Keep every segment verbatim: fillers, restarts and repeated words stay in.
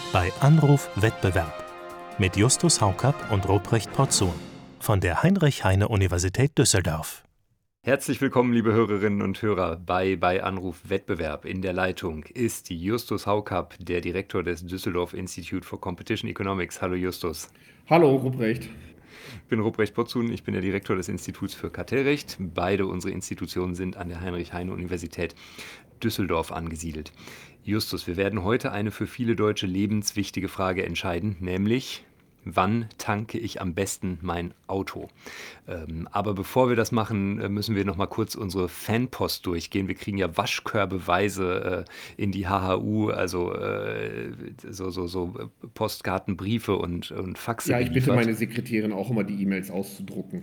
bei Anruf Wettbewerb mit Justus Haukapp und Ruprecht Porzun von der Heinrich-Heine-Universität Düsseldorf. Herzlich willkommen, liebe Hörerinnen und Hörer, bei bei Anruf Wettbewerb. In der Leitung ist Justus Haukapp, der Direktor des Düsseldorf Institute for Competition Economics. Hallo Justus. Hallo Ruprecht. Ich bin Ruprecht Porzun, ich bin der Direktor des Instituts für Kartellrecht. Beide unsere Institutionen sind an der Heinrich-Heine-Universität Düsseldorf angesiedelt. Justus, wir werden heute eine für viele Deutsche lebenswichtige Frage entscheiden, nämlich: Wann tanke ich am besten mein Auto? Ähm, aber bevor wir das machen, äh, müssen wir noch mal kurz unsere Fanpost durchgehen. Wir kriegen ja waschkörbeweise äh, in die H H U, also äh, so, so, so Postkarten, Briefe und, und Faxe Ja, ich bitte geliefert. meine Sekretärin auch immer, die E-Mails auszudrucken.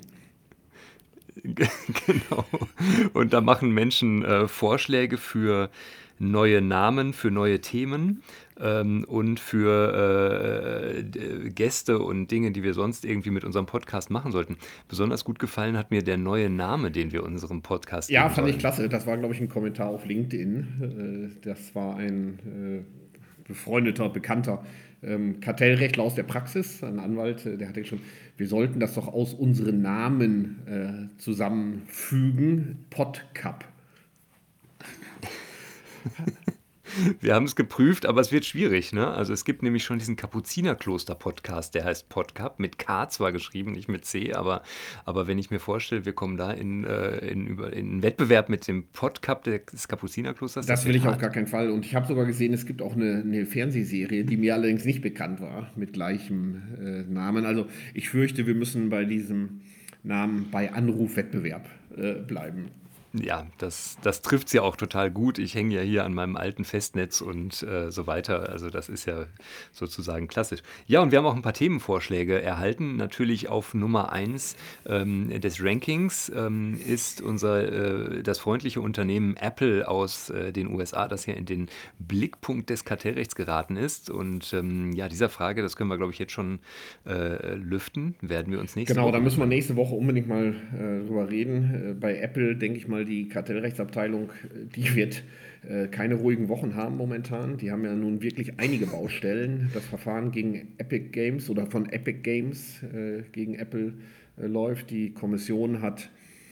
Genau. Und da machen Menschen äh, Vorschläge für neue Namen, für neue Themen ähm, und für äh, d- Gäste und Dinge, die wir sonst irgendwie mit unserem Podcast machen sollten. Besonders gut gefallen hat mir der neue Name, den wir unserem Podcast Ja, geben fand ich sollen. klasse. Das war, glaube ich, ein Kommentar auf LinkedIn. Äh, Das war ein äh, befreundeter, bekannter ähm, Kartellrechtler aus der Praxis, ein Anwalt, äh, der hatte schon, wir sollten das doch aus unseren Namen äh, zusammenfügen. Podcap. Wir haben es geprüft, aber es wird schwierig, ne? Also es gibt nämlich schon diesen Kapuzinerkloster-Podcast, der heißt Podcap, mit K zwar geschrieben, nicht mit C, aber, aber wenn ich mir vorstelle, wir kommen da in, äh, in, über, in einen Wettbewerb mit dem Podcap des Kapuzinerklosters, das Das will wird ich auf hart. gar keinen Fall. Und ich habe sogar gesehen, es gibt auch eine, eine Fernsehserie, die mir allerdings nicht bekannt war, mit gleichem äh, Namen. Also ich fürchte, wir müssen bei diesem Namen bei Anrufwettbewerb äh, bleiben. Ja, das, das trifft es ja auch total gut. Ich hänge ja hier an meinem alten Festnetz und äh, so weiter. Also das ist ja sozusagen klassisch. Ja, und wir haben auch ein paar Themenvorschläge erhalten. Natürlich auf Nummer eins ähm, des Rankings ähm, ist unser äh, das freundliche Unternehmen Apple aus äh, den U S A, das hier in den Blickpunkt des Kartellrechts geraten ist. Und ähm, ja, dieser Frage, das können wir, glaube ich, jetzt schon äh, lüften, werden wir uns nächste Genau, da Woche müssen wir widmen. nächste Woche unbedingt mal äh, drüber reden. Äh, bei Apple denke ich mal, die Kartellrechtsabteilung, äh, die wird äh, keine ruhigen Wochen haben momentan. Die haben ja nun wirklich einige Baustellen. Das Verfahren gegen Epic Games oder von Epic Games äh, gegen Apple äh, läuft. Die Kommission hat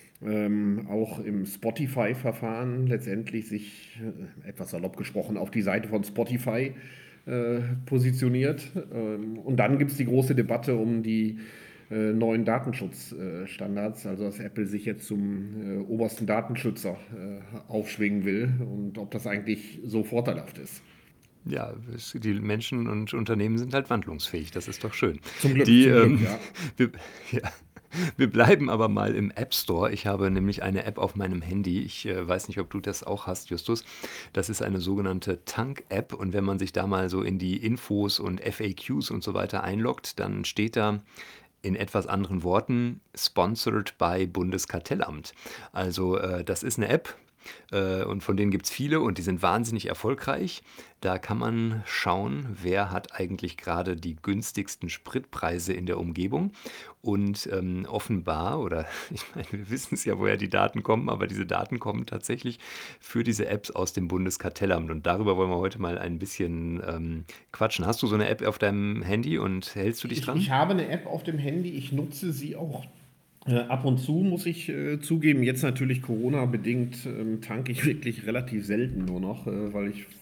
ähm, auch im Spotify-Verfahren letztendlich sich, äh, etwas salopp gesprochen, auf die Seite von Spotify äh, positioniert. Ähm, und dann gibt es die große Debatte um die äh, neuen Datenschutzstandards, also dass Apple sich jetzt zum äh, obersten Datenschützer äh, aufschwingen will und ob das eigentlich so vorteilhaft ist. Ja, es, die Menschen und Unternehmen sind halt wandlungsfähig, das ist doch schön. Zum Glück, Die, zum Glück, ähm, ja. wir, ja, wir bleiben aber mal im App Store. Ich habe nämlich eine App auf meinem Handy. Ich äh, weiß nicht, ob du das auch hast, Justus. Das ist eine sogenannte Tank-App. Und wenn man sich da mal so in die Infos und F A Qs und so weiter einloggt, dann steht da in etwas anderen Worten sponsored by Bundeskartellamt. Also äh, das ist eine App. Äh, und von denen gibt es viele und die sind wahnsinnig erfolgreich. Da kann man schauen, wer hat eigentlich gerade die günstigsten Spritpreise in der Umgebung. Und ähm, offenbar, oder ich meine, wir wissen es ja, woher die Daten kommen, aber diese Daten kommen tatsächlich für diese Apps aus dem Bundeskartellamt. Und darüber wollen wir heute mal ein bisschen ähm, quatschen. Hast du so eine App auf deinem Handy und hältst du dich Ich, dran? ich habe eine App auf dem Handy, ich nutze sie auch äh, ab und zu, muss ich äh, zugeben. Jetzt natürlich Corona-bedingt ähm, tanke ich wirklich relativ selten nur noch, äh, weil ich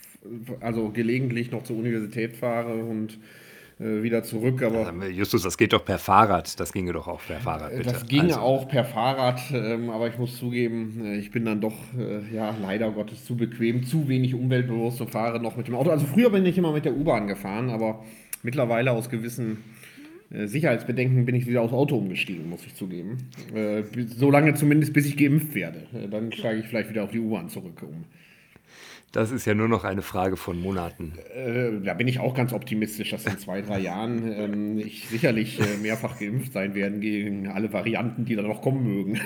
f- also gelegentlich noch zur Universität fahre und äh, wieder zurück. Aber Ähm, Justus, das geht doch per Fahrrad. Das ginge doch auch per Fahrrad, äh, bitte. das ginge Also, auch per Fahrrad. Ähm, aber ich muss zugeben, äh, ich bin dann doch, äh, ja, leider Gottes zu bequem, zu wenig umweltbewusst und fahre noch mit dem Auto. Also früher bin ich immer mit der U-Bahn gefahren, aber mittlerweile aus gewissen äh, Sicherheitsbedenken bin ich wieder aufs Auto umgestiegen, muss ich zugeben. Äh, bi- so lange zumindest, bis ich geimpft werde. Äh, dann steige ich vielleicht wieder auf die U-Bahn zurück um. das ist ja nur noch eine Frage von Monaten. Äh, da bin ich auch ganz optimistisch, dass in zwei, drei Jahren ähm, ich sicherlich äh, mehrfach geimpft sein werde gegen alle Varianten, die da noch kommen mögen.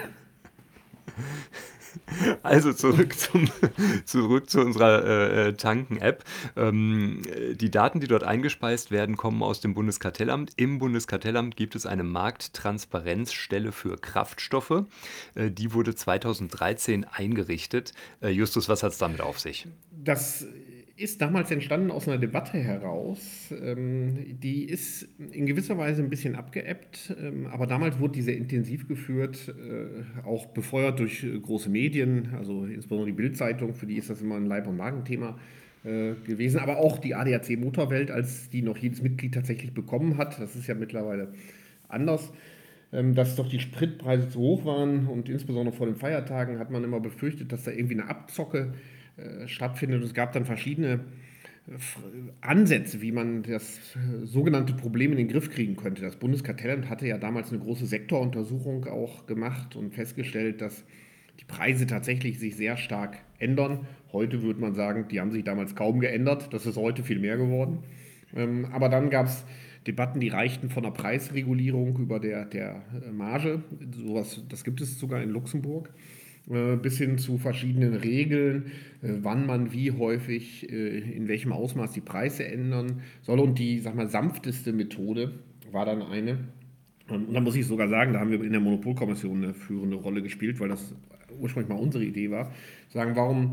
Also zurück zum, zurück zu unserer äh, äh, Tanken-App. Ähm, äh, die Daten, die dort eingespeist werden, kommen aus dem Bundeskartellamt. Im Bundeskartellamt gibt es eine Markttransparenzstelle für Kraftstoffe. Äh, die wurde zweitausenddreizehn eingerichtet. Äh, Justus, was hat es damit auf sich? Das ist damals entstanden aus einer Debatte heraus. Ähm, die ist in gewisser Weise ein bisschen abgeebbt, ähm, aber damals wurde die sehr intensiv geführt, äh, auch befeuert durch äh, große Medien, also insbesondere die Bild-Zeitung, für die ist das immer ein Leib- und Magenthema äh, gewesen, aber auch die A D A C Motorwelt, als die noch jedes Mitglied tatsächlich bekommen hat. Das ist ja mittlerweile anders. Ähm, dass doch die Spritpreise zu hoch waren und insbesondere vor den Feiertagen hat man immer befürchtet, dass da irgendwie eine Abzocke äh, stattfindet. Und es gab dann verschiedene äh, Ansätze, wie man das äh, sogenannte Problem in den Griff kriegen könnte. Das Bundeskartellamt hatte ja damals eine große Sektoruntersuchung auch gemacht und festgestellt, dass die Preise tatsächlich sich sehr stark ändern. Heute würde man sagen, die haben sich damals kaum geändert. Das ist heute viel mehr geworden. Ähm, aber dann gab es Debatten, die reichten von der Preisregulierung über der, der äh, Marge, sowas, das gibt es sogar in Luxemburg, äh, bis hin zu verschiedenen Regeln, äh, wann man wie häufig, äh, in welchem Ausmaß die Preise ändern soll. Und die, sag mal, sanfteste Methode war dann eine, ähm, und da muss ich sogar sagen, da haben wir in der Monopolkommission eine führende Rolle gespielt, weil das ursprünglich mal unsere Idee war, sagen, warum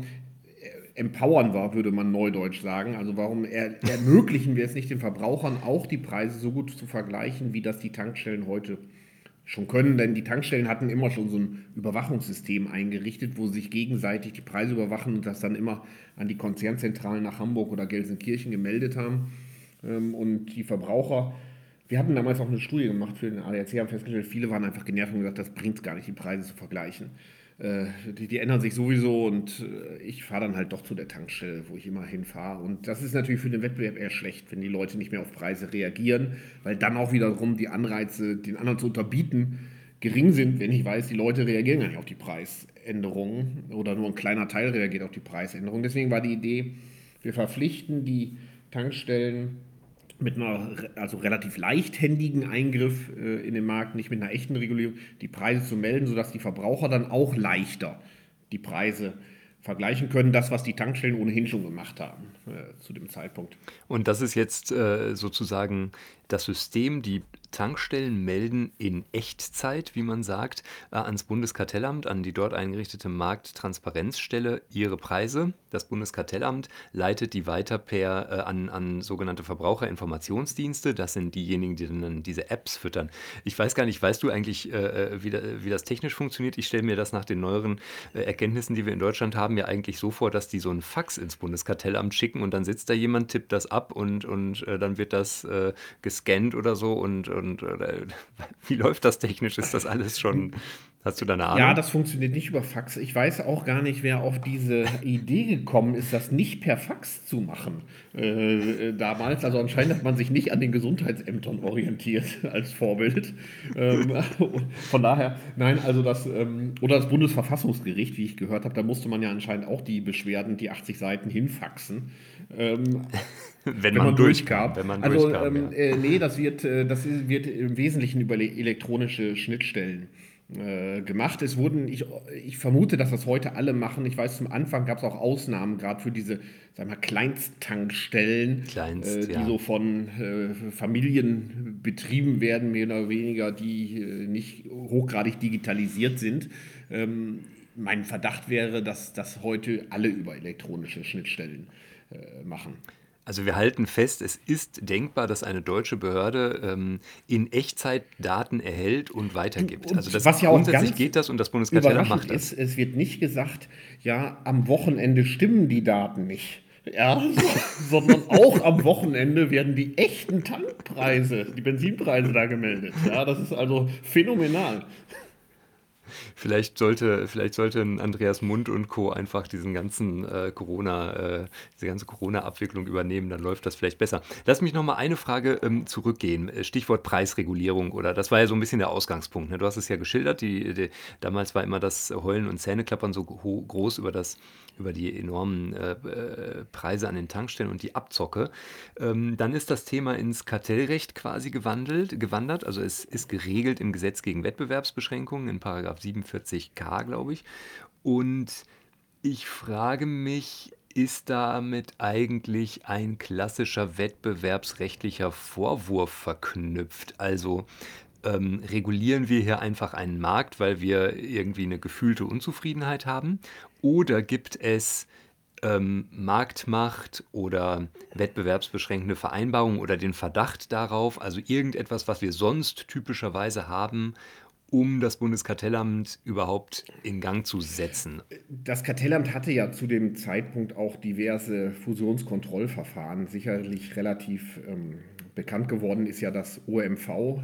empowern wir, würde man neudeutsch sagen. Also warum er, ermöglichen wir es nicht den Verbrauchern auch die Preise so gut zu vergleichen, wie das die Tankstellen heute schon können. Denn die Tankstellen hatten immer schon so ein Überwachungssystem eingerichtet, wo sie sich gegenseitig die Preise überwachen und das dann immer an die Konzernzentralen nach Hamburg oder Gelsenkirchen gemeldet haben. Ähm, Und die Verbraucher, wir hatten damals auch eine Studie gemacht für den A D A C, haben festgestellt, viele waren einfach genervt und gesagt, das bringt es gar nicht, die Preise zu vergleichen. Äh, die, die ändern sich sowieso und äh, ich fahre dann halt doch zu der Tankstelle, wo ich immer hinfahre. Und das ist natürlich für den Wettbewerb eher schlecht, wenn die Leute nicht mehr auf Preise reagieren, weil dann auch wiederum die Anreize, den anderen zu unterbieten, gering sind, wenn ich weiß, die Leute reagieren gar nicht auf die Preisänderungen oder nur ein kleiner Teil reagiert auf die Preisänderungen. Deswegen war die Idee, wir verpflichten die Tankstellen mit einer also relativ leichthändigen Eingriff äh, in den Markt, nicht mit einer echten Regulierung, die Preise zu melden, sodass die Verbraucher dann auch leichter die Preise vergleichen können, das, was die Tankstellen ohnehin schon gemacht haben äh, zu dem Zeitpunkt. Und das ist jetzt äh, sozusagen das System, die Tankstellen melden in Echtzeit, wie man sagt, äh, ans Bundeskartellamt, an die dort eingerichtete Markttransparenzstelle ihre Preise. Das Bundeskartellamt leitet die weiter per äh, an, an sogenannte Verbraucherinformationsdienste. Das sind diejenigen, die dann diese Apps füttern. Ich weiß gar nicht, weißt du eigentlich, äh, wie, da, wie das technisch funktioniert? Ich stelle mir das nach den neueren äh, Erkenntnissen, die wir in Deutschland haben, ja eigentlich so vor, dass die so einen Fax ins Bundeskartellamt schicken und dann sitzt da jemand, tippt das ab und, und äh, dann wird das äh, gescannt oder so und, und äh, wie läuft das technisch? Ist das alles schon, hast du da eine Ja, Ahnung? das funktioniert nicht über Fax. Ich weiß auch gar nicht, wer auf diese Idee gekommen ist, das nicht per Fax zu machen äh, äh, damals. Also anscheinend hat man sich nicht an den Gesundheitsämtern orientiert als Vorbild. Ähm, von daher, nein, also das, ähm, oder das Bundesverfassungsgericht, wie ich gehört habe, da musste man ja anscheinend auch die Beschwerden, die achtzig Seiten hinfaxen. Ähm, Wenn wenn man man durchkam, durchkam. wenn man Also durchkam, ähm, ja. äh, nee, das wird, äh, das ist, wird im Wesentlichen über le- elektronische Schnittstellen äh, gemacht. Es wurden, ich, ich vermute, dass das heute alle machen. Ich weiß, zum Anfang gab es auch Ausnahmen, gerade für diese, sagen wir mal, Kleinsttankstellen, äh, Kleinst, die ja. so von äh, Familien betrieben werden, mehr oder weniger, die äh, nicht hochgradig digitalisiert sind. Ähm, mein Verdacht wäre, dass das heute alle über elektronische Schnittstellen äh, machen. Also wir halten fest, es ist denkbar, dass eine deutsche Behörde ähm, in Echtzeit Daten erhält und Du, weitergibt. Also und das was ja auch grundsätzlich ganz geht das und das Bundeskartellamt überraschend macht ist, das. es wird nicht gesagt, ja, am Wochenende stimmen die Daten nicht. Ja, so, sondern auch am Wochenende werden die echten Tankpreise, die Benzinpreise da gemeldet. Ja, das ist also phänomenal. Vielleicht sollte, vielleicht sollten Andreas Mund und Co. einfach diesen ganzen äh, Corona, äh, diese ganze Corona-Abwicklung übernehmen, dann läuft das vielleicht besser. Lass mich noch mal eine Frage ähm, zurückgehen. Äh, Stichwort Preisregulierung oder das war ja so ein bisschen der Ausgangspunkt. Ne? Du hast es ja geschildert. Die, die, damals war immer das Heulen und Zähneklappern so ho- groß über das über die enormen äh, äh, Preise an den Tankstellen und die Abzocke. Ähm, dann ist das Thema ins Kartellrecht quasi gewandelt, gewandert. Also es ist geregelt im Gesetz gegen Wettbewerbsbeschränkungen in Paragraph siebenundvierzig K, glaube ich. Und ich frage mich, ist damit eigentlich ein klassischer wettbewerbsrechtlicher Vorwurf verknüpft? Also ähm, regulieren wir hier einfach einen Markt, weil wir irgendwie eine gefühlte Unzufriedenheit haben? Oder gibt es ähm, Marktmacht oder wettbewerbsbeschränkende Vereinbarungen oder den Verdacht darauf, also irgendetwas, was wir sonst typischerweise haben, um das Bundeskartellamt überhaupt in Gang zu setzen. Das Kartellamt hatte ja zu dem Zeitpunkt auch diverse Fusionskontrollverfahren. Sicherlich relativ ähm, bekannt geworden ist ja das O M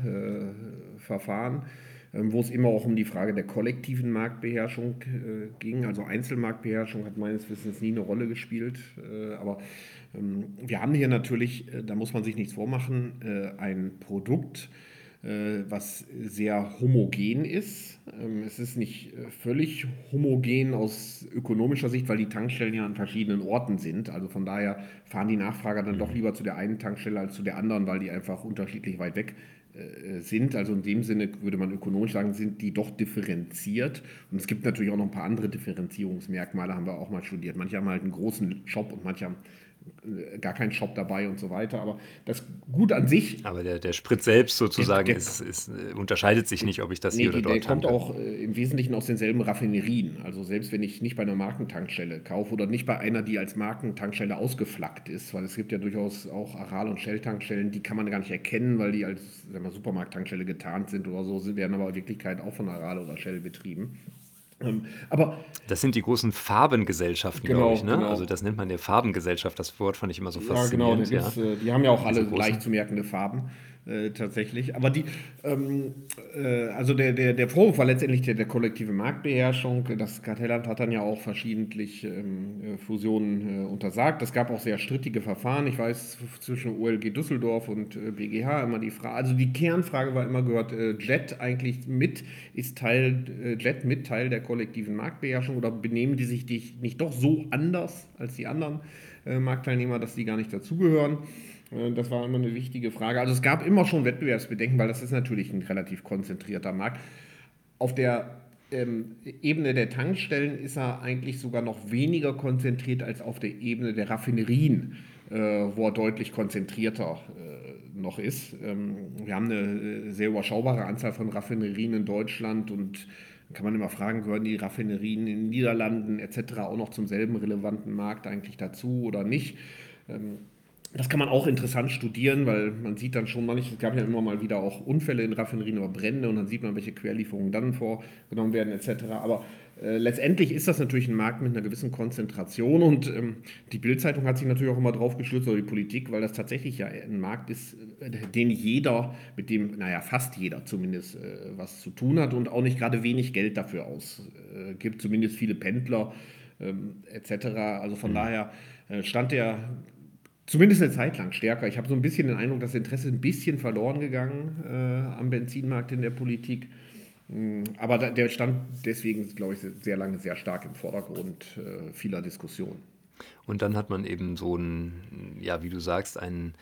V-Verfahren, ähm, wo es immer auch um die Frage der kollektiven Marktbeherrschung äh, ging. Also Einzelmarktbeherrschung hat meines Wissens nie eine Rolle gespielt. Äh, aber ähm, wir haben hier natürlich, äh, da muss man sich nichts vormachen, äh, ein Produkt, äh, was sehr homogen ist. Ähm, Es ist nicht äh, völlig homogen aus ökonomischer Sicht, weil die Tankstellen ja an verschiedenen Orten sind. Also von daher fahren die Nachfrager dann doch Mhm. lieber zu der einen Tankstelle als zu der anderen, weil die einfach unterschiedlich weit weg äh, sind. Also in dem Sinne würde man ökonomisch sagen, sind die doch differenziert. Und es gibt natürlich auch noch ein paar andere Differenzierungsmerkmale, haben wir auch mal studiert. Manche haben halt einen großen Shop und manche haben äh, gar keinen Shop dabei und so weiter. Aber das Gut an sich, Aber der, der Sprit selbst der, sozusagen der ist, ist, äh, unterscheidet sich nicht, ob ich das Nee, hier oder die, der dort kommt tanke. auch äh, im Wesentlichen aus denselben Raffinerien. Also selbst wenn ich nicht bei einer Markentankstelle kaufe oder nicht bei einer, die als Markentankstelle ausgeflaggt ist, weil es gibt ja durchaus auch Aral- und Shell-Tankstellen, die kann man gar nicht erkennen, weil die als sagen wir, Supermarkttankstelle getarnt sind oder so, sind, werden aber in Wirklichkeit auch von Aral oder Shell betrieben. Ähm, aber Das sind die großen Farbengesellschaften, glaube ich, genau, ne? Also genau. das nennt man ja Farbengesellschaft. Das Wort fand ich immer so Ja, genau, da faszinierend, ja. gibt's, äh, die haben ja auch alle Diese leicht großen. zu merkende Farben, äh, tatsächlich. Aber die, ähm, äh, also der, der, der Vorwurf war letztendlich der, der kollektive Marktbeherrschung. Das Kartellamt hat dann ja auch verschiedentlich ähm, äh, Fusionen äh, untersagt. Es gab auch sehr strittige Verfahren. Ich weiß, zwischen O L G Düsseldorf und äh, B G H immer die Frage, also die Kernfrage war immer gehört, äh, Jet eigentlich mit, ist Teil, äh, Jet mit Teil der kollektiven Marktbeherrschung oder benehmen die sich die nicht doch so anders als die anderen äh, Marktteilnehmer, dass die gar nicht dazugehören? Äh, Das war immer eine wichtige Frage. Also es gab immer schon Wettbewerbsbedenken, weil das ist natürlich ein relativ konzentrierter Markt. Auf der ähm, Ebene der Tankstellen ist er eigentlich sogar noch weniger konzentriert als auf der Ebene der Raffinerien, äh, wo er deutlich konzentrierter äh, noch ist. Ähm, wir haben eine äh, sehr überschaubare Anzahl von Raffinerien in Deutschland und kann man immer fragen, gehören die Raffinerien in den Niederlanden et cetera auch noch zum selben relevanten Markt eigentlich dazu oder nicht? Ähm, Das kann man auch interessant studieren, weil man sieht dann schon manchmal, es gab ja immer mal wieder auch Unfälle in Raffinerien oder Brände und dann sieht man, welche Querlieferungen dann vorgenommen werden et cetera. Aber äh, letztendlich ist das natürlich ein Markt mit einer gewissen Konzentration und ähm, die Bild-Zeitung hat sich natürlich auch immer drauf gestürzt, oder die Politik, weil das tatsächlich ja ein Markt ist, äh, den jeder, mit dem, naja, fast jeder zumindest äh, was zu tun hat und auch nicht gerade wenig Geld dafür ausgibt, zumindest viele Pendler ähm, et cetera. Also von Mhm. daher äh, stand der zumindest eine Zeit lang stärker. Ich habe so ein bisschen den Eindruck, das Interesse ist ein bisschen verloren gegangen äh, am Benzinmarkt in der Politik. Mm, Aber da, der stand deswegen, glaube ich, sehr lange sehr stark im Vordergrund äh, vieler Diskussionen. Und dann hat man eben so ein, ja, wie du sagst, ein,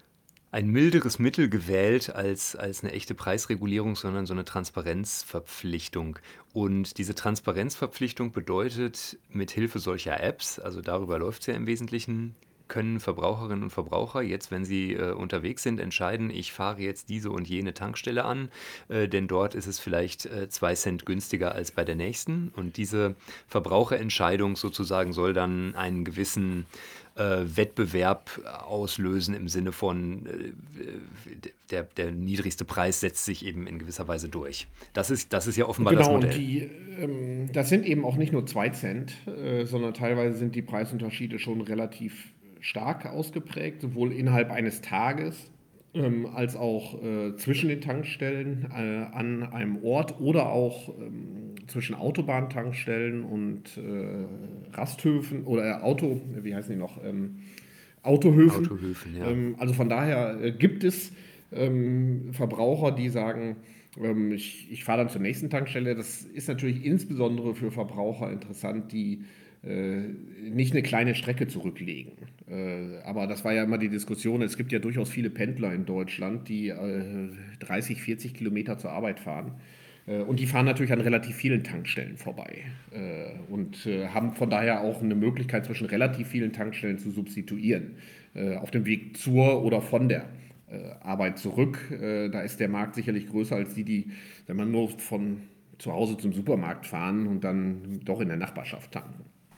ein milderes Mittel gewählt als, als eine echte Preisregulierung, sondern so eine Transparenzverpflichtung. Und diese Transparenzverpflichtung bedeutet, mit Hilfe solcher Apps, also darüber läuft es ja im Wesentlichen, können Verbraucherinnen und Verbraucher jetzt, wenn sie äh, unterwegs sind, entscheiden, ich fahre jetzt diese und jene Tankstelle an, äh, denn dort ist es vielleicht äh, zwei Cent günstiger als bei der nächsten. Und diese Verbraucherentscheidung sozusagen soll dann einen gewissen äh, Wettbewerb auslösen im Sinne von, äh, der, der niedrigste Preis setzt sich eben in gewisser Weise durch. Das ist, das ist ja offenbar das Genau, und Modell. die, ähm, das sind eben auch nicht nur zwei Cent, äh, sondern teilweise sind die Preisunterschiede schon relativ stark ausgeprägt, sowohl innerhalb eines Tages ähm, als auch äh, zwischen den Tankstellen äh, an einem Ort oder auch ähm, zwischen Autobahntankstellen und äh, Rasthöfen oder äh, Auto, wie heißen die noch, ähm, Autohöfen. Autohöfen, ja. Ähm, also von daher äh, gibt es ähm, Verbraucher, die sagen, ähm, ich, ich fahre dann zur nächsten Tankstelle. Das ist natürlich insbesondere für Verbraucher interessant, die äh, nicht eine kleine Strecke zurücklegen. Äh, aber das war ja immer die Diskussion. Es gibt ja durchaus viele Pendler in Deutschland, die äh, dreißig, vierzig Kilometer zur Arbeit fahren. Äh, Und die fahren natürlich an relativ vielen Tankstellen vorbei äh, und äh, haben von daher auch eine Möglichkeit, zwischen relativ vielen Tankstellen zu substituieren. Äh, auf dem Weg zur oder von der äh, Arbeit zurück. Äh, da ist der Markt sicherlich größer als die, die, wenn man nur von zu Hause zum Supermarkt fahren und dann doch in der Nachbarschaft tanken.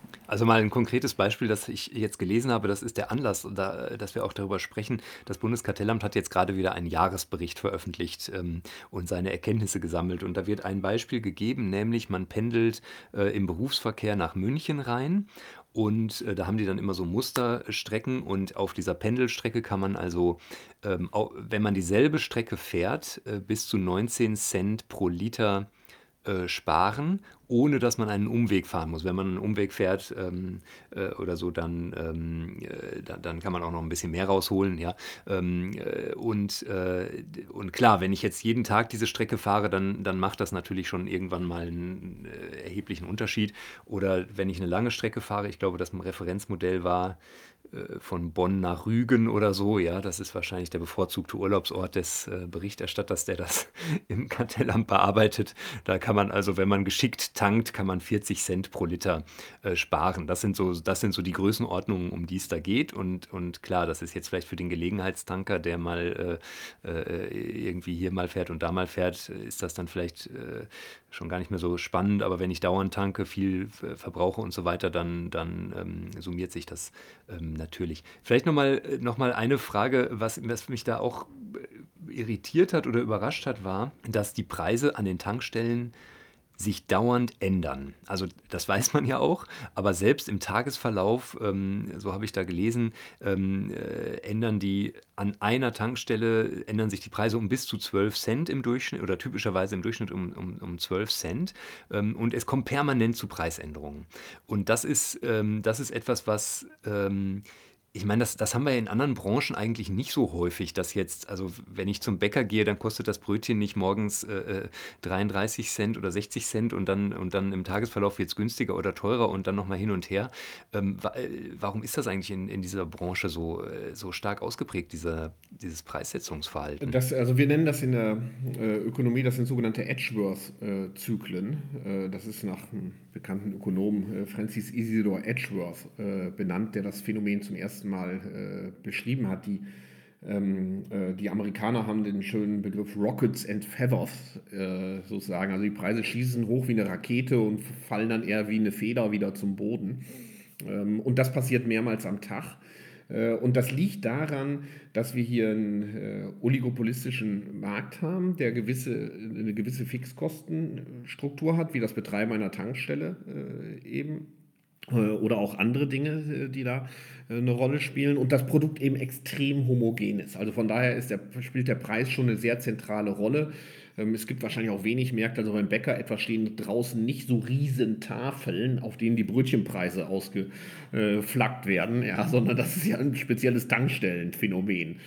Also mal ein konkretes Beispiel, das ich jetzt gelesen habe, das ist der Anlass, da, dass wir auch darüber sprechen. Das Bundeskartellamt hat jetzt gerade wieder einen Jahresbericht veröffentlicht ähm, und seine Erkenntnisse gesammelt. Und da wird ein Beispiel gegeben, nämlich man pendelt äh, im Berufsverkehr nach München rein. Und äh, da haben die dann immer so Musterstrecken und auf dieser Pendelstrecke kann man also, ähm, au- wenn man dieselbe Strecke fährt, äh, bis zu neunzehn Cent pro Liter äh, sparen, ohne dass man einen Umweg fahren muss. Wenn man einen Umweg fährt ähm, äh, oder so, dann, ähm, äh, dann, dann kann man auch noch ein bisschen mehr rausholen. Ja? Ähm, äh, und, äh, und klar, wenn ich jetzt jeden Tag diese Strecke fahre, dann, dann macht das natürlich schon irgendwann mal einen äh, erheblichen Unterschied. Oder wenn ich eine lange Strecke fahre, ich glaube, das Referenzmodell war äh, von Bonn nach Rügen oder so, ja, das ist wahrscheinlich der bevorzugte Urlaubsort des äh, Berichterstatters, der das im Kartellamt bearbeitet. Da kann man also, wenn man geschickt tankt, kann man vierzig Cent pro Liter äh, sparen. Das sind so, das sind so die Größenordnungen, um die es da geht. Und, und klar, das ist jetzt vielleicht für den Gelegenheitstanker, der mal äh, äh, irgendwie hier mal fährt und da mal fährt, ist das dann vielleicht äh, schon gar nicht mehr so spannend. Aber wenn ich dauernd tanke, viel äh, verbrauche und so weiter, dann, dann ähm, summiert sich das ähm, natürlich. Vielleicht nochmal noch mal noch mal eine Frage, was, was mich da auch äh, irritiert hat oder überrascht hat, war, dass die Preise an den Tankstellen sich dauernd ändern. Also das weiß man ja auch, aber selbst im Tagesverlauf, ähm, so habe ich da gelesen, ähm, äh, ändern die an einer Tankstelle, ändern sich die Preise um bis zu zwölf Cent im Durchschnitt oder typischerweise im Durchschnitt um, um, um zwölf Cent. Ähm, und es kommt permanent zu Preisänderungen. Und das ist, ähm, das ist etwas, was... Ähm, ich meine, das, das haben wir ja in anderen Branchen eigentlich nicht so häufig, dass jetzt, also wenn ich zum Bäcker gehe, dann kostet das Brötchen nicht morgens äh, dreiunddreißig Cent oder sechzig Cent und dann, und dann im Tagesverlauf wird es günstiger oder teurer und dann nochmal hin und her. Ähm, wa äh, warum ist das eigentlich in, in dieser Branche so, äh, so stark ausgeprägt, dieser, dieses Preissetzungsverhalten? Das, also wir nennen das in der äh, Ökonomie, das sind sogenannte Edgeworth-Zyklen. Äh, das ist nach einem bekannten Ökonomen äh, Francis Isidor Edgeworth äh, benannt, der das Phänomen zum ersten Mal äh, beschrieben hat. Die, ähm, äh, die Amerikaner haben den schönen Begriff Rockets and Feathers äh, sozusagen. Also die Preise schießen hoch wie eine Rakete und fallen dann eher wie eine Feder wieder zum Boden. Ähm, und das passiert mehrmals am Tag. Äh, Und das liegt daran, dass wir hier einen äh, oligopolistischen Markt haben, der gewisse, eine gewisse Fixkostenstruktur hat, wie das Betreiben einer Tankstelle äh, eben äh, oder auch andere Dinge, äh, die da äh, eine Rolle spielen und das Produkt eben extrem homogen ist. Also von daher ist der, spielt der Preis schon eine sehr zentrale Rolle. Ähm, Es gibt wahrscheinlich auch wenig Märkte, also beim Bäcker etwa stehen draußen nicht so riesen Tafeln, auf denen die Brötchenpreise ausgeflaggt werden, ja, sondern das ist ja ein spezielles Tankstellenphänomen.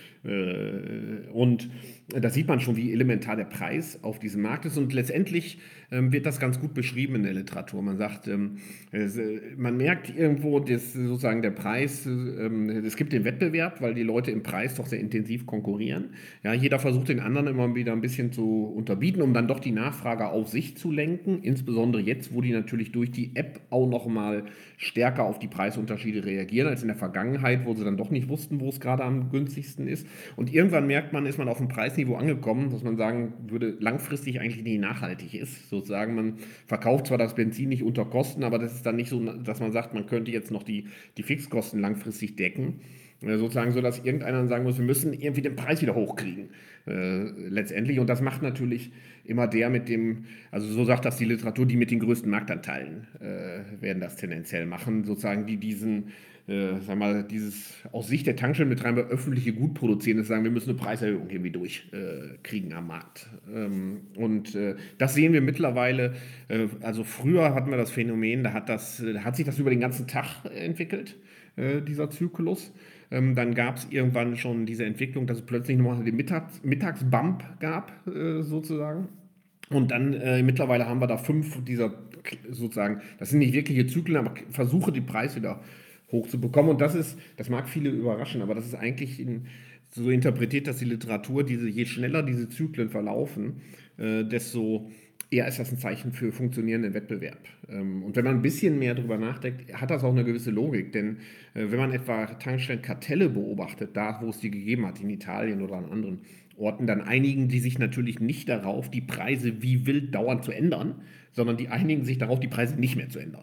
Äh, Und da sieht man schon, wie elementar der Preis auf diesem Markt ist. Und letztendlich ähm, wird das ganz gut beschrieben in der Literatur. Man sagt, ähm, es, äh, man merkt irgendwo, dass sozusagen der Preis, äh, ähm, es gibt den Wettbewerb, weil die Leute im Preis doch sehr intensiv konkurrieren. Ja, jeder versucht den anderen immer wieder ein bisschen zu unterbieten, um dann doch die Nachfrage auf sich zu lenken. Insbesondere jetzt, wo die natürlich durch die App auch noch mal stärker auf die Preisunterschiede reagieren als in der Vergangenheit, wo sie dann doch nicht wussten, wo es gerade am günstigsten ist. Und irgendwann merkt man, ist man auf einem Preisniveau angekommen, dass man sagen würde, langfristig eigentlich nicht nachhaltig ist. Sozusagen, man verkauft zwar das Benzin nicht unter Kosten, aber das ist dann nicht so, dass man sagt, man könnte jetzt noch die, die Fixkosten langfristig decken. Äh, Sozusagen so, dass irgendeiner dann sagen muss, wir müssen irgendwie den Preis wieder hochkriegen, äh, letztendlich. Und das macht natürlich immer der mit dem, also so sagt das die Literatur, die mit den größten Marktanteilen äh, werden das tendenziell machen, sozusagen, die diesen, äh, sag mal, dieses aus Sicht der Tankstellenbetreiber öffentliche Gut produzieren, das sagen, wir müssen eine Preiserhöhung irgendwie durchkriegen äh, am Markt. Ähm, und äh, das sehen wir mittlerweile, äh, also früher hatten wir das Phänomen, da hat, das, da hat sich das über den ganzen Tag entwickelt, äh, dieser Zyklus. Ähm, dann gab es irgendwann schon diese Entwicklung, dass es plötzlich nochmal den Mittags Mittagsbump gab, äh, sozusagen. Und dann äh, mittlerweile haben wir da fünf dieser sozusagen, das sind nicht wirkliche Zyklen, aber Versuche, den Preis wieder hochzubekommen. Und das ist, das mag viele überraschen, aber das ist eigentlich in, so interpretiert, dass die Literatur, diese, je schneller diese Zyklen verlaufen, äh, desto eher ist das ein Zeichen für funktionierenden Wettbewerb. Ähm, und wenn man ein bisschen mehr darüber nachdenkt, hat das auch eine gewisse Logik. Denn äh, wenn man etwa Tankstellenkartelle beobachtet, da wo es die gegeben hat, in Italien oder an anderen Orten, dann einigen die sich natürlich nicht darauf, die Preise wie wild dauernd zu ändern, sondern die einigen sich darauf, die Preise nicht mehr zu ändern.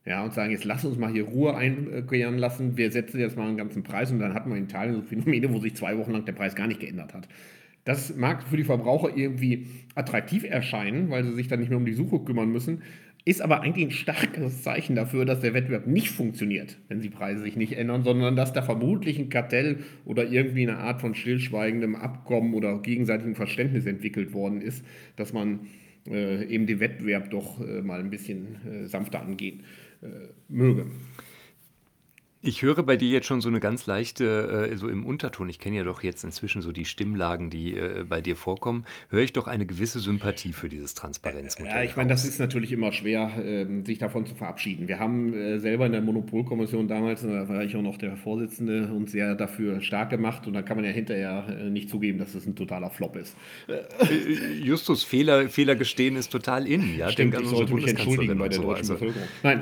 Ja, und sagen, jetzt lass uns mal hier Ruhe einkehren lassen, wir setzen jetzt mal einen ganzen Preis und dann hat man in Italien so Phänomene, wo sich zwei Wochen lang der Preis gar nicht geändert hat. Das mag für die Verbraucher irgendwie attraktiv erscheinen, weil sie sich dann nicht mehr um die Suche kümmern müssen, ist aber eigentlich ein starkes Zeichen dafür, dass der Wettbewerb nicht funktioniert, wenn die Preise sich nicht ändern, sondern dass da vermutlich ein Kartell oder irgendwie eine Art von stillschweigendem Abkommen oder gegenseitigem Verständnis entwickelt worden ist, dass man äh, eben den Wettbewerb doch äh, mal ein bisschen äh, sanfter angehen äh, möge. Ich höre bei dir jetzt schon so eine ganz leichte, äh, so im Unterton, ich kenne ja doch jetzt inzwischen so die Stimmlagen, die äh, bei dir vorkommen, höre ich doch eine gewisse Sympathie für dieses Ja, Transparenzmodell ich meine, das ist raus. natürlich immer schwer, ähm, sich davon zu verabschieden. Wir haben äh, selber in der Monopolkommission damals, da war ich auch noch der Vorsitzende, uns sehr dafür stark gemacht und dann kann man ja hinterher äh, nicht zugeben, dass es ein totaler Flop ist. Äh, Justus, Fehler, Fehler gestehen ist total in, ja? Denk Stimmt, an ich unsere sollte mich entschuldigen Bundeskanzlerin bei und der so. deutschen Also, Bevölkerung. Nein.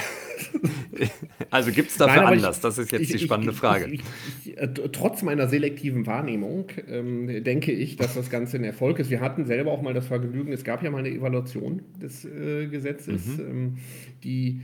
also gibt es Nein, dafür aber ich, Anlass? Das ist jetzt ich, die ich, spannende Frage. ich, ich, äh, trotz meiner selektiven Wahrnehmung ähm, denke ich, dass das Ganze ein Erfolg ist. Wir hatten selber auch mal das Vergnügen, es gab ja mal eine Evaluation des äh, Gesetzes, Mhm. ähm, die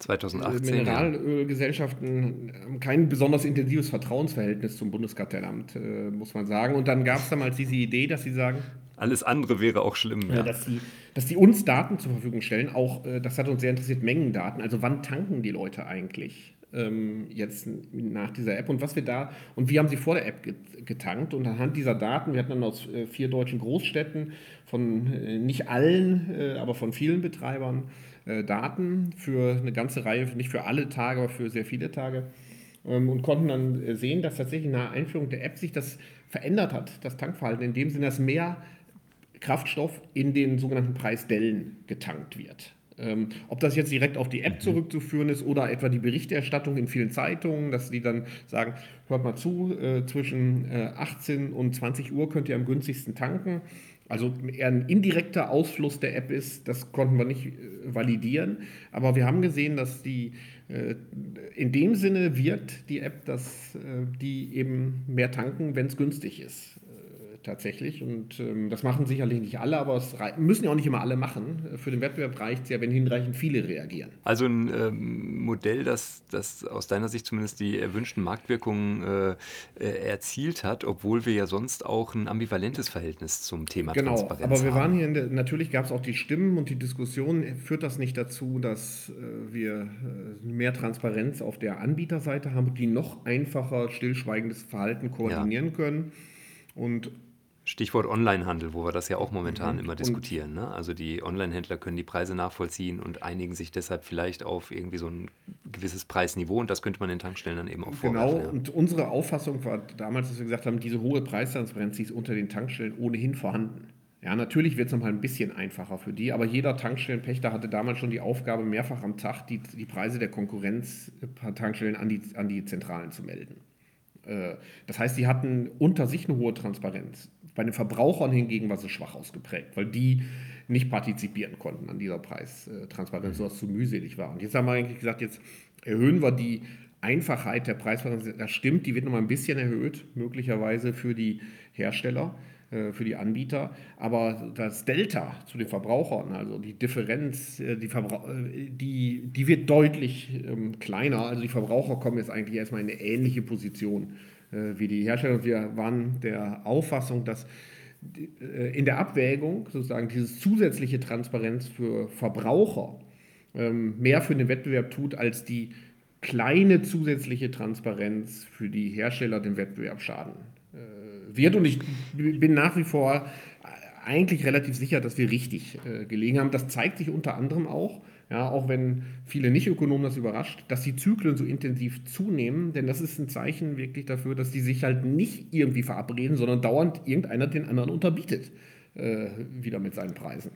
äh, zweitausendachtzehn, ja. Mineralölgesellschaften haben kein besonders intensives Vertrauensverhältnis zum Bundeskartellamt, äh, muss man sagen. Und dann gab es damals diese Idee, dass sie sagen, Alles andere wäre auch schlimm, äh, ja. dass die, dass die uns Daten zur Verfügung stellen, auch, äh, das hat uns sehr interessiert, Mengendaten, also wann tanken die Leute eigentlich ähm, jetzt nach dieser App und was wir da, und wie haben sie vor der App get- getankt und anhand dieser Daten, wir hatten dann aus äh, vier deutschen Großstädten von äh, nicht allen, äh, aber von vielen Betreibern äh, Daten für eine ganze Reihe, nicht für alle Tage, aber für sehr viele Tage ähm, und konnten dann äh, sehen, dass tatsächlich nach Einführung der App sich das verändert hat, das Tankverhalten, in dem Sinne, dass mehr Kraftstoff in den sogenannten Preisdellen getankt wird. Ähm, ob das jetzt direkt auf die App Mhm. zurückzuführen ist oder etwa die Berichterstattung in vielen Zeitungen, dass die dann sagen, hört mal zu, äh, zwischen äh, achtzehn und zwanzig Uhr könnt ihr am günstigsten tanken. Also eher ein indirekter Ausfluss der App ist, das konnten wir nicht äh, validieren. Aber wir haben gesehen, dass die äh, in dem Sinne wirkt die App, dass äh, die eben mehr tanken, wenn es günstig ist tatsächlich. Und ähm, das machen sicherlich nicht alle, aber es rei- müssen ja auch nicht immer alle machen. Für den Wettbewerb reicht es ja, wenn hinreichend viele reagieren. Also ein ähm, Modell, das, das aus deiner Sicht zumindest die erwünschten Marktwirkungen äh, äh, erzielt hat, obwohl wir ja sonst auch ein ambivalentes Verhältnis zum Thema Genau, aber Transparenz wir waren haben. hier in der, natürlich gab es auch die Stimmen und die Diskussion, führt das nicht dazu, dass äh, wir äh, mehr Transparenz auf der Anbieterseite haben, die noch einfacher stillschweigendes Verhalten Ja. koordinieren können und Stichwort Onlinehandel, wo wir das ja auch momentan mhm, immer und diskutieren, ne? Also die Onlinehändler können die Preise nachvollziehen und einigen sich deshalb vielleicht auf irgendwie so ein gewisses Preisniveau und das könnte man den Tankstellen dann eben auch genau, vorwerfen, ja. und unsere Auffassung war damals, dass wir gesagt haben, diese hohe Preistransparenz, die ist unter den Tankstellen ohnehin vorhanden. Ja, natürlich wird es nochmal ein bisschen einfacher für die, aber jeder Tankstellenpächter hatte damals schon die Aufgabe, mehrfach am Tag die, die Preise der Konkurrenz-Tankstellen an die, an die Zentralen zu melden. Äh, Das heißt, die hatten unter sich eine hohe Transparenz. Bei den Verbrauchern hingegen war sie schwach ausgeprägt, weil die nicht partizipieren konnten an dieser Preistransparenz, Mhm. was zu mühselig war. Und jetzt haben wir eigentlich gesagt, jetzt erhöhen wir die Einfachheit der Preisverhandlung. Das stimmt, die wird noch mal ein bisschen erhöht, möglicherweise für die Hersteller, äh, für die Anbieter. Aber das Delta zu den Verbrauchern, also die Differenz, äh, die, Verbrau äh, die, die wird deutlich ähm, kleiner. Also die Verbraucher kommen jetzt eigentlich erstmal in eine ähnliche Position äh, wie die Hersteller. Und wir waren der Auffassung, dass die, äh, in der Abwägung sozusagen diese zusätzliche Transparenz für Verbraucher ähm, mehr für den Wettbewerb tut, als die kleine zusätzliche Transparenz für die Hersteller dem Wettbewerb schaden äh, wird. Und ich bin nach wie vor eigentlich relativ sicher, dass wir richtig äh, gelegen haben. Das zeigt sich unter anderem auch, ja, auch wenn viele Nicht-Ökonomen das überrascht, dass die Zyklen so intensiv zunehmen, denn das ist ein Zeichen wirklich dafür, dass die sich halt nicht irgendwie verabreden, sondern dauernd irgendeiner den anderen unterbietet, äh, wieder mit seinen Preisen.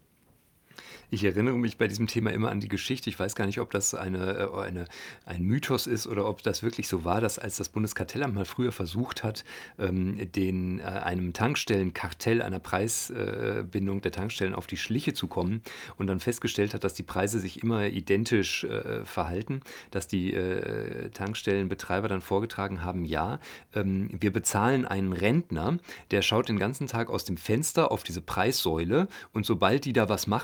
Ich erinnere mich bei diesem Thema immer an die Geschichte. Ich weiß gar nicht, ob das eine, äh, eine, ein Mythos ist oder ob das wirklich so war, dass als das Bundeskartellamt mal früher versucht hat, ähm, den, äh, einem Tankstellenkartell, einer Preisbindung der Tankstellen auf die Schliche zu kommen und dann festgestellt hat, dass die Preise sich immer identisch äh, verhalten, dass die äh, Tankstellenbetreiber dann vorgetragen haben, ja, ähm, wir bezahlen einen Rentner, der schaut den ganzen Tag aus dem Fenster auf diese Preissäule und sobald die da was machen,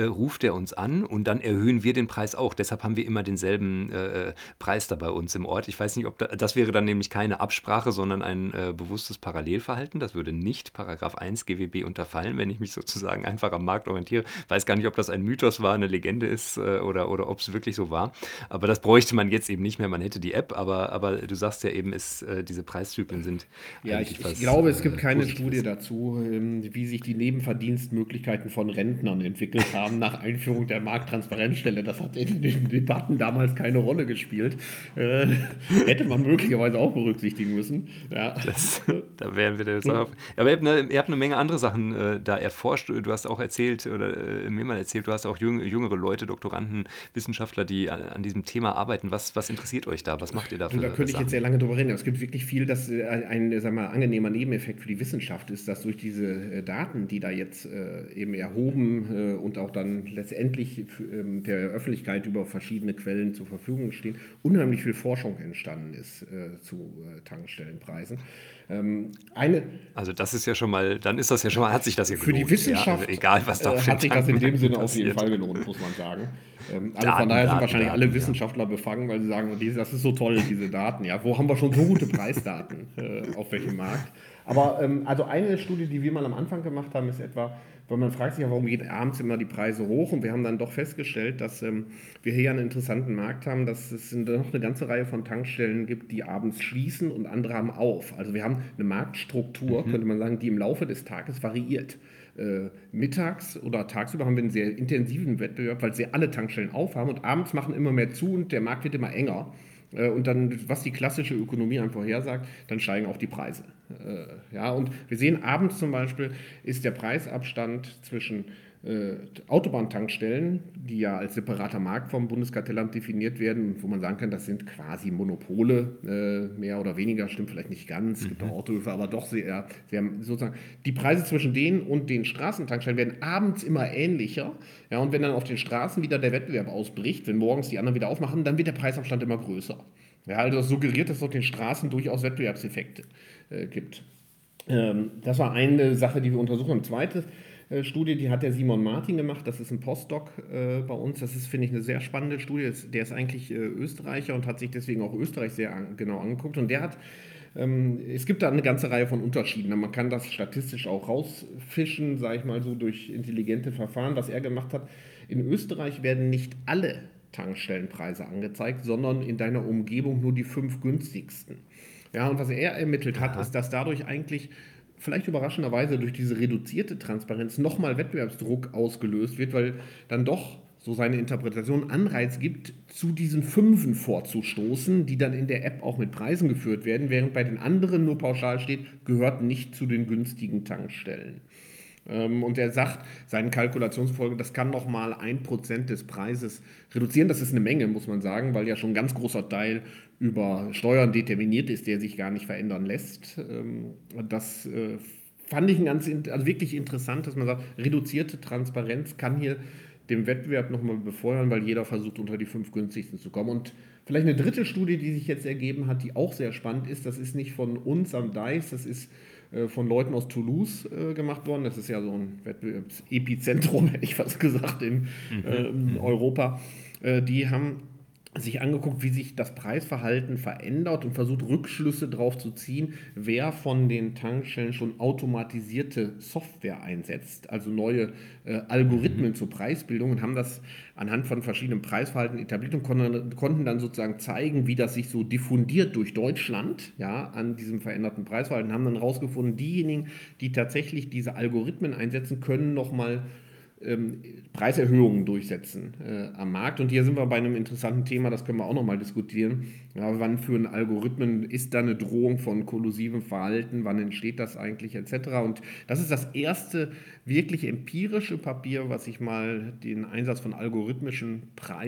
äh, ruft er uns an und dann erhöhen wir den Preis auch. Deshalb haben wir immer denselben äh, Preis da bei uns im Ort. Ich weiß nicht, ob da, das wäre dann nämlich keine Absprache, sondern ein äh, bewusstes Parallelverhalten. Das würde nicht Paragraph eins G W B unterfallen, wenn ich mich sozusagen einfach am Markt orientiere. Weiß gar nicht, ob das ein Mythos war, eine Legende ist äh, oder, oder ob es wirklich so war. Aber das bräuchte man jetzt eben nicht mehr. Man hätte die App, aber, aber du sagst ja eben, ist, äh, diese Preiszyklen sind Ja, eigentlich ich, ich was glaube, es gibt äh, keine Positives. Studie dazu, ähm, wie sich die Nebenverdienstmöglichkeiten von Rentnern entwickelt haben nach Einführung der Markttransparenzstelle. Das hat in den Debatten damals keine Rolle gespielt. Äh, hätte man möglicherweise auch berücksichtigen müssen. Ja. Das, da wären wir jetzt auf. Aber ihr habt, eine, ihr habt eine Menge andere Sachen äh, da erforscht. Du hast auch erzählt, oder äh, mir mal erzählt, du hast auch jüng, jüngere Leute, Doktoranden, Wissenschaftler, die an, an diesem Thema arbeiten. Was, was interessiert euch da? Was macht ihr da Du, für da könnte ich jetzt Sachen? sehr lange drüber reden. Es gibt wirklich viel, das äh, ein, sag mal, angenehmer Nebeneffekt für die Wissenschaft ist, dass durch diese äh, Daten, die da jetzt äh, eben erhoben äh, und auch dann letztendlich für, ähm, der Öffentlichkeit über verschiedene Quellen zur Verfügung stehen, unheimlich viel Forschung entstanden ist äh, zu äh, Tankstellenpreisen. Ähm, eine, Also das ist ja schon mal, dann ist das ja schon mal, hat sich das ja Für die gelohnt. Ja, also Wissenschaft egal, was da äh, auf den hat sich das in dem Tankmärkten Sinne auf jeden passiert. Fall gelohnt, muss man sagen. Ähm, also von Daten, daher sind Daten, wahrscheinlich alle Daten, ja. Wissenschaftler befangen, weil sie sagen, "Die- das ist so toll, diese Daten. Ja, wo haben wir schon so gute Preisdaten? Äh, auf welchem Markt? Aber ähm, also eine Studie, die wir mal am Anfang gemacht haben, ist etwa, weil man fragt sich ja, warum gehen abends immer die Preise hoch? Und wir haben dann doch festgestellt, dass ähm, wir hier einen interessanten Markt haben, dass es noch eine ganze Reihe von Tankstellen gibt, die abends schließen und andere haben auf. Also wir haben eine Marktstruktur, könnte man sagen, die im Laufe des Tages variiert. Äh, mittags oder tagsüber haben wir einen sehr intensiven Wettbewerb, weil sie alle Tankstellen aufhaben und abends machen immer mehr zu und der Markt wird immer enger. Äh, Und dann, was die klassische Ökonomie einem vorhersagt, dann steigen auch die Preise. Äh, Ja, und wir sehen abends zum Beispiel, ist der Preisabstand zwischen äh, Autobahntankstellen, die ja als separater Markt vom Bundeskartellamt definiert werden, wo man sagen kann, das sind quasi Monopole, äh, mehr oder weniger, stimmt vielleicht nicht ganz, es gibt auch Autohöfe, aber doch sehr, sehr sozusagen, die Preise zwischen denen und den Straßentankstellen werden abends immer ähnlicher. Ja, und wenn dann auf den Straßen wieder der Wettbewerb ausbricht, wenn morgens die anderen wieder aufmachen, dann wird der Preisabstand immer größer. Ja, also das suggeriert, dass es auf den Straßen durchaus Wettbewerbseffekte äh, gibt. Ähm, das war eine Sache, die wir untersuchen. Eine zweite äh, Studie, die hat der Simon Martin gemacht. Das ist ein Postdoc äh, bei uns. Das ist, finde ich, eine sehr spannende Studie. Das, der ist eigentlich äh, Österreicher und hat sich deswegen auch Österreich sehr an, genau angeguckt. Und der hat, ähm, es gibt da eine ganze Reihe von Unterschieden. Man kann das statistisch auch rausfischen, sage ich mal so, durch intelligente Verfahren. Was er gemacht hat, in Österreich werden nicht alle Tankstellenpreise angezeigt, sondern in deiner Umgebung nur die fünf günstigsten. Ja, und was er ermittelt hat, Aha. ist, dass dadurch eigentlich vielleicht überraschenderweise durch diese reduzierte Transparenz nochmal Wettbewerbsdruck ausgelöst wird, weil dann doch, so seine Interpretation, Anreiz gibt, zu diesen Fünfen vorzustoßen, die dann in der App auch mit Preisen geführt werden, während bei den anderen nur pauschal steht, gehört nicht zu den günstigen Tankstellen. Ähm, Und er sagt, seinen Kalkulationsfolgen, das kann nochmal ein Prozent des Preises reduzieren. Das ist eine Menge, muss man sagen, weil ja schon ein ganz großer Teil über Steuern determiniert ist, der sich gar nicht verändern lässt. Ähm, Das äh, fand ich ein ganz, in- also wirklich interessant, dass man sagt, reduzierte Transparenz kann hier den Wettbewerb nochmal befeuern, weil jeder versucht, unter die fünf günstigsten zu kommen. Und vielleicht eine dritte Studie, die sich jetzt ergeben hat, die auch sehr spannend ist, das ist nicht von uns am D I C E, das ist äh, von Leuten aus Toulouse äh, gemacht worden. Das ist ja so ein Wettbewerbsepizentrum, hätte ich fast gesagt, in ähm, Europa. Äh, die haben sich angeguckt, wie sich das Preisverhalten verändert und versucht, Rückschlüsse darauf zu ziehen, wer von den Tankstellen schon automatisierte Software einsetzt, also neue äh, Algorithmen zur Preisbildung, und haben das anhand von verschiedenen Preisverhalten etabliert und konnten, konnten dann sozusagen zeigen, wie das sich so diffundiert durch Deutschland, ja, an diesem veränderten Preisverhalten, haben dann herausgefunden, diejenigen, die tatsächlich diese Algorithmen einsetzen, können nochmal ähm, Preiserhöhungen durchsetzen äh, am Markt. Und hier sind wir bei einem interessanten Thema, das können wir auch nochmal diskutieren. Ja, wann für einen Algorithmen ist da eine Drohung von kollusivem Verhalten, wann entsteht das eigentlich, et cetera. Und das ist das erste wirklich empirische Papier, was sich mal den Einsatz von algorithmischen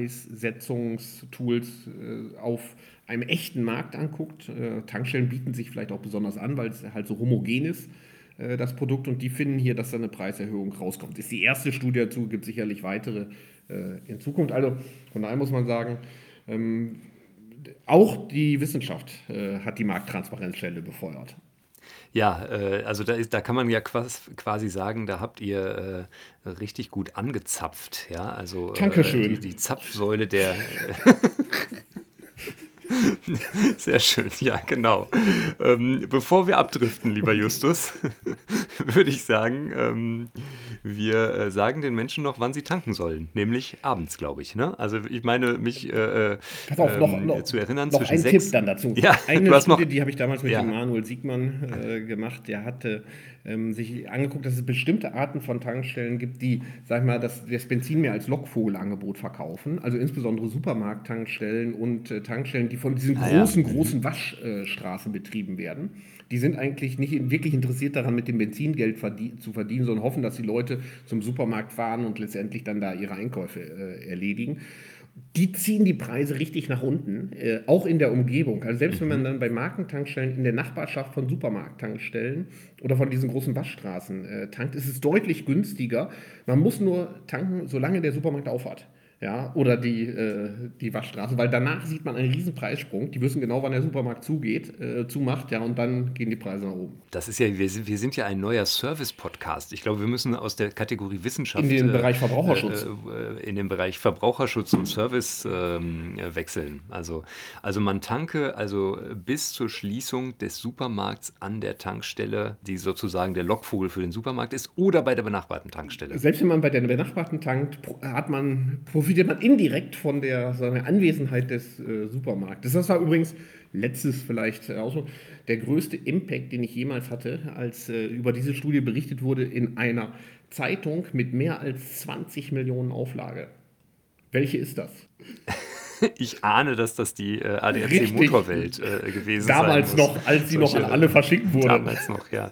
Preissetzungstools äh, auf einem echten Markt anguckt. Äh, Tankstellen bieten sich vielleicht auch besonders an, weil es halt so homogen ist, äh, das Produkt, und die finden hier, dass da eine Preiserhöhung rauskommt. Das ist die erste Studie dazu, gibt sicherlich weitere äh, in Zukunft. Also von daher muss man sagen, ähm, auch die Wissenschaft äh, hat die Markttransparenzstelle befeuert. Ja, äh, also da ist da kann man ja quas quasi sagen, da habt ihr, äh, richtig gut angezapft, ja? Also, äh, die Dankeschön. die Zapfsäule der sehr schön, ja, genau. Ähm, bevor wir abdriften, lieber Justus, würde ich sagen, ähm, wir, äh, sagen den Menschen noch, wann sie tanken sollen, nämlich abends, glaube ich, ne? Also, ich meine, mich, äh, äh, Pass auf, noch, ähm, noch, zu erinnern, noch zwischen ein Tipp sechs. dann dazu. Ja, du Eine hast noch Studie, die habe ich damals mit dem ja, Manuel Siegmann äh, gemacht, der hatte ähm, sich angeguckt, dass es bestimmte Arten von Tankstellen gibt, die, sag ich mal, das, das Benzin mehr als Lockvogelangebot verkaufen. Also insbesondere Supermarkttankstellen und äh, Tankstellen, die von diesen ah ja, großen, mhm. großen Waschstraßen betrieben werden. Die sind eigentlich nicht in- wirklich interessiert daran, mit dem Benzin Geld verdie zu verdienen, sondern hoffen, dass die Leute zum Supermarkt fahren und letztendlich dann da ihre Einkäufe äh, erledigen. Die ziehen die Preise richtig nach unten, äh, auch in der Umgebung. Also selbst wenn man Mhm. dann bei Markentankstellen in der Nachbarschaft von Supermarkttankstellen oder von diesen großen Waschstraßen äh, tankt, ist es deutlich günstiger. Man muss nur tanken, solange der Supermarkt aufhat. Ja, oder die, äh, die Waschstraße, weil danach sieht man einen riesen Preissprung. Die wissen genau, wann der Supermarkt zugeht, äh, zumacht, ja, und dann gehen die Preise nach oben. Das ist ja, wir sind, wir sind ja ein neuer Service-Podcast. Ich glaube, wir müssen aus der Kategorie In Wissenschaft den äh, Bereich äh, Verbraucherschutz. äh, in den Bereich Verbraucherschutz und Service ähm, äh, wechseln. Also, also man tanke also bis zur Schließung des Supermarkts an der Tankstelle, die sozusagen der Lockvogel für den Supermarkt ist, oder bei der benachbarten Tankstelle. Selbst wenn man bei der benachbarten tankt, pro- hat man, profitiert man indirekt von der, sagen wir, Anwesenheit des äh, Supermarktes. Das war übrigens letztes vielleicht äh, auch so der größte Impact, den ich jemals hatte, als äh, über diese Studie berichtet wurde in einer Zeitung mit mehr als zwanzig Millionen Auflage. Welche ist das? Ich ahne, dass das die äh, A D A C Richtig. Motorwelt äh, gewesen sein Damals muss. noch, als sie noch an Solche, alle verschickt wurde. damals noch, ja.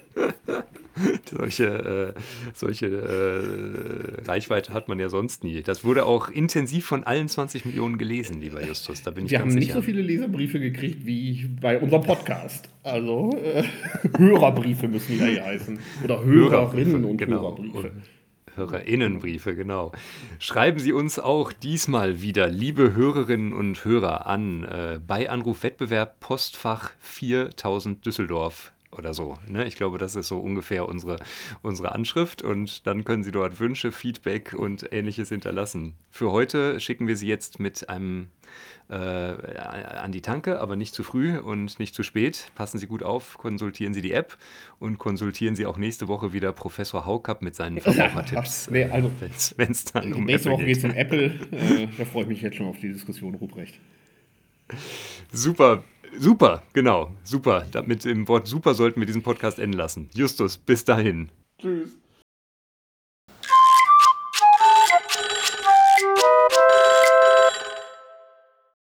Solche, äh, solche äh, Reichweite hat man ja sonst nie. Das wurde auch intensiv von allen zwanzig Millionen gelesen, lieber Justus. Da bin ich Wir haben ganz nicht sicher. so viele Leserbriefe gekriegt wie bei unserem Podcast. Also äh, Hörerbriefe müssen die ja heißen. Oder Hörerinnen und genau. Hörerbriefe. Und Hörerinnenbriefe, genau. Schreiben Sie uns auch diesmal wieder, liebe Hörerinnen und Hörer, an äh, bei Anrufwettbewerb Postfach viertausend Düsseldorf oder so. Ne? Ich glaube, das ist so ungefähr unsere, unsere Anschrift und dann können Sie dort Wünsche, Feedback und Ähnliches hinterlassen. Für heute schicken wir Sie jetzt mit einem äh, an die Tanke, aber nicht zu früh und nicht zu spät. Passen Sie gut auf, konsultieren Sie die App und konsultieren Sie auch nächste Woche wieder Professor Haukapp mit seinen Verbrauchertipps, Nee, also äh, wenn es dann um nächste Apple Woche geht es geht. um Apple. Äh, da freue ich mich jetzt schon auf die Diskussion, Ruprecht. Super, super, genau, super. Mit dem Wort super sollten wir diesen Podcast enden lassen. Justus, bis dahin. Tschüss.